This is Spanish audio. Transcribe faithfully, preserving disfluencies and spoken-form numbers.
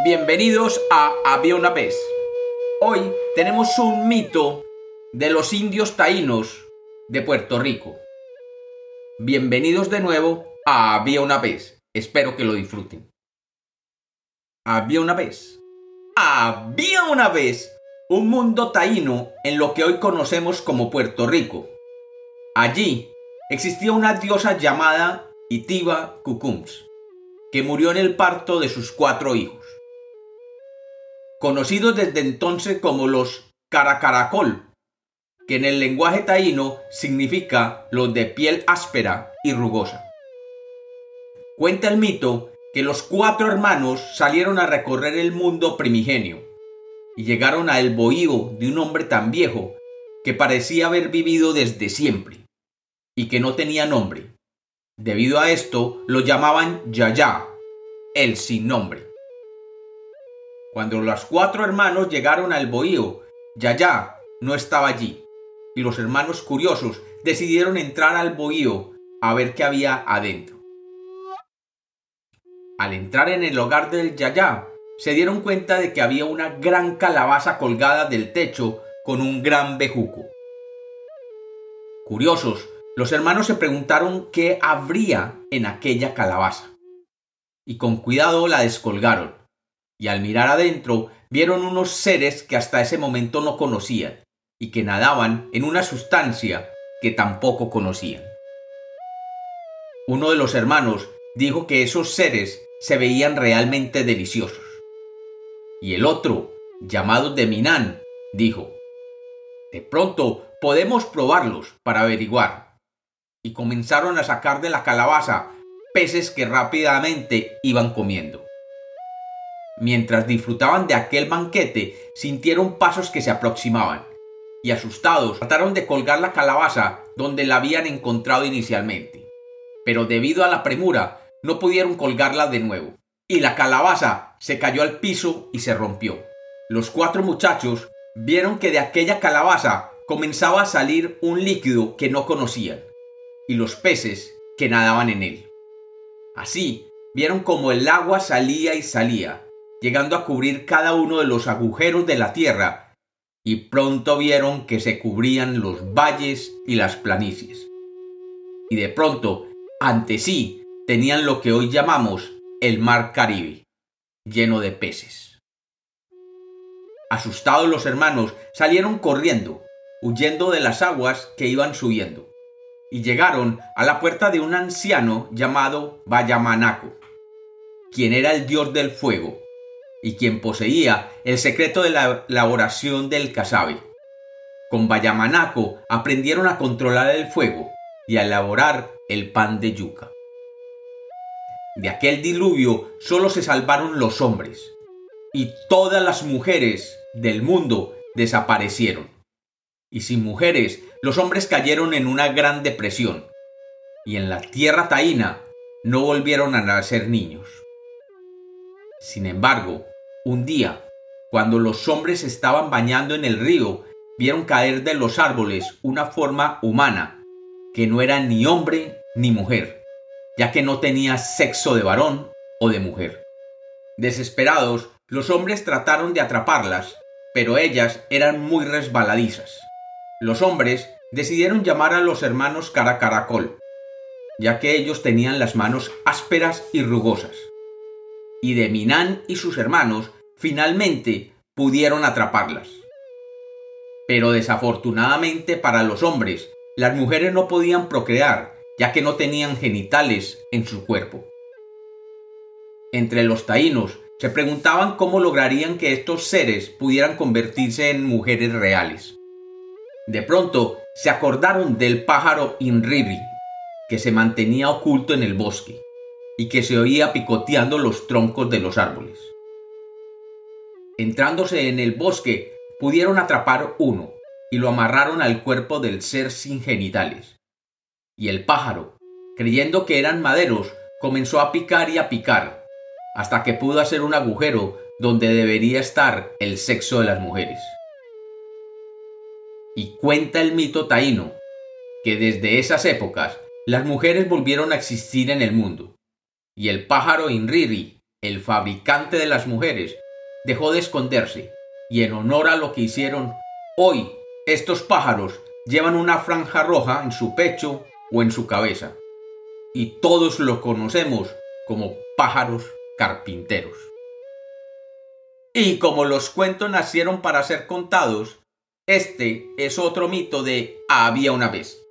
Bienvenidos a Había una vez. Hoy tenemos un mito de los indios taínos de Puerto Rico. Bienvenidos de nuevo a Había una vez. Espero que lo disfruten. Había una vez. Había una vez un mundo taíno en lo que hoy conocemos como Puerto Rico. Allí existía una diosa llamada Itiba Cucums, que murió en el parto de sus cuatro hijos. Conocidos desde entonces como los Caracaracol, que en el lenguaje taíno significa los de piel áspera y rugosa. Cuenta el mito que los cuatro hermanos salieron a recorrer el mundo primigenio y llegaron al bohío de un hombre tan viejo que parecía haber vivido desde siempre y que no tenía nombre. Debido a esto lo llamaban Yayá, el sin nombre. Cuando los cuatro hermanos llegaron al bohío, Yayá no estaba allí, y los hermanos curiosos decidieron entrar al bohío a ver qué había adentro. Al entrar en el hogar del Yayá, se dieron cuenta de que había una gran calabaza colgada del techo con un gran bejuco. Curiosos, los hermanos se preguntaron qué habría en aquella calabaza, y con cuidado la descolgaron. Y al mirar adentro, vieron unos seres que hasta ese momento no conocían y que nadaban en una sustancia que tampoco conocían. Uno de los hermanos dijo que esos seres se veían realmente deliciosos. Y el otro, llamado Deminán, dijo: de pronto podemos probarlos para averiguar. Y comenzaron a sacar de la calabaza peces que rápidamente iban comiendo. Mientras disfrutaban de aquel banquete, sintieron pasos que se aproximaban, y asustados trataron de colgar la calabaza donde la habían encontrado inicialmente. Pero debido a la premura, no pudieron colgarla de nuevo, y la calabaza se cayó al piso y se rompió. Los cuatro muchachos vieron que de aquella calabaza comenzaba a salir un líquido que no conocían, y los peces que nadaban en él. Así, vieron como el agua salía y salía, llegando a cubrir cada uno de los agujeros de la tierra, y pronto vieron que se cubrían los valles y las planicies. Y de pronto, ante sí, tenían lo que hoy llamamos el mar Caribe, lleno de peces. Asustados los hermanos salieron corriendo, huyendo de las aguas que iban subiendo, y llegaron a la puerta de un anciano llamado Bayamanaco, quien era el dios del fuego, y quien poseía el secreto de la elaboración del casabe. Con Bayamanaco aprendieron a controlar el fuego y a elaborar el pan de yuca. De aquel diluvio solo se salvaron los hombres, y todas las mujeres del mundo desaparecieron. Y sin mujeres, los hombres cayeron en una gran depresión, y en la tierra taína no volvieron a nacer niños. Sin embargo, un día, cuando los hombres estaban bañando en el río, vieron caer de los árboles una forma humana, que no era ni hombre ni mujer, ya que no tenía sexo de varón o de mujer. Desesperados, los hombres trataron de atraparlas, pero ellas eran muy resbaladizas. Los hombres decidieron llamar a los hermanos Caracaracol, ya que ellos tenían las manos ásperas y rugosas. Y Deminán y sus hermanos finalmente pudieron atraparlas. Pero desafortunadamente para los hombres, las mujeres no podían procrear, ya que no tenían genitales en su cuerpo. Entre los taínos se preguntaban cómo lograrían que estos seres pudieran convertirse en mujeres reales. De pronto se acordaron del pájaro Inriri, que se mantenía oculto en el bosque y que se oía picoteando los troncos de los árboles. Entrándose en el bosque, pudieron atrapar uno y lo amarraron al cuerpo del ser sin genitales. Y el pájaro, creyendo que eran maderos, comenzó a picar y a picar, hasta que pudo hacer un agujero donde debería estar el sexo de las mujeres. Y cuenta el mito taíno que desde esas épocas las mujeres volvieron a existir en el mundo, y el pájaro Inriri el fabricante de las mujeres, dejó de esconderse, y en honor a lo que hicieron, hoy estos pájaros llevan una franja roja en su pecho o en su cabeza, y todos lo conocemos como pájaros carpinteros. Y como los cuentos nacieron para ser contados, este es otro mito de había una vez.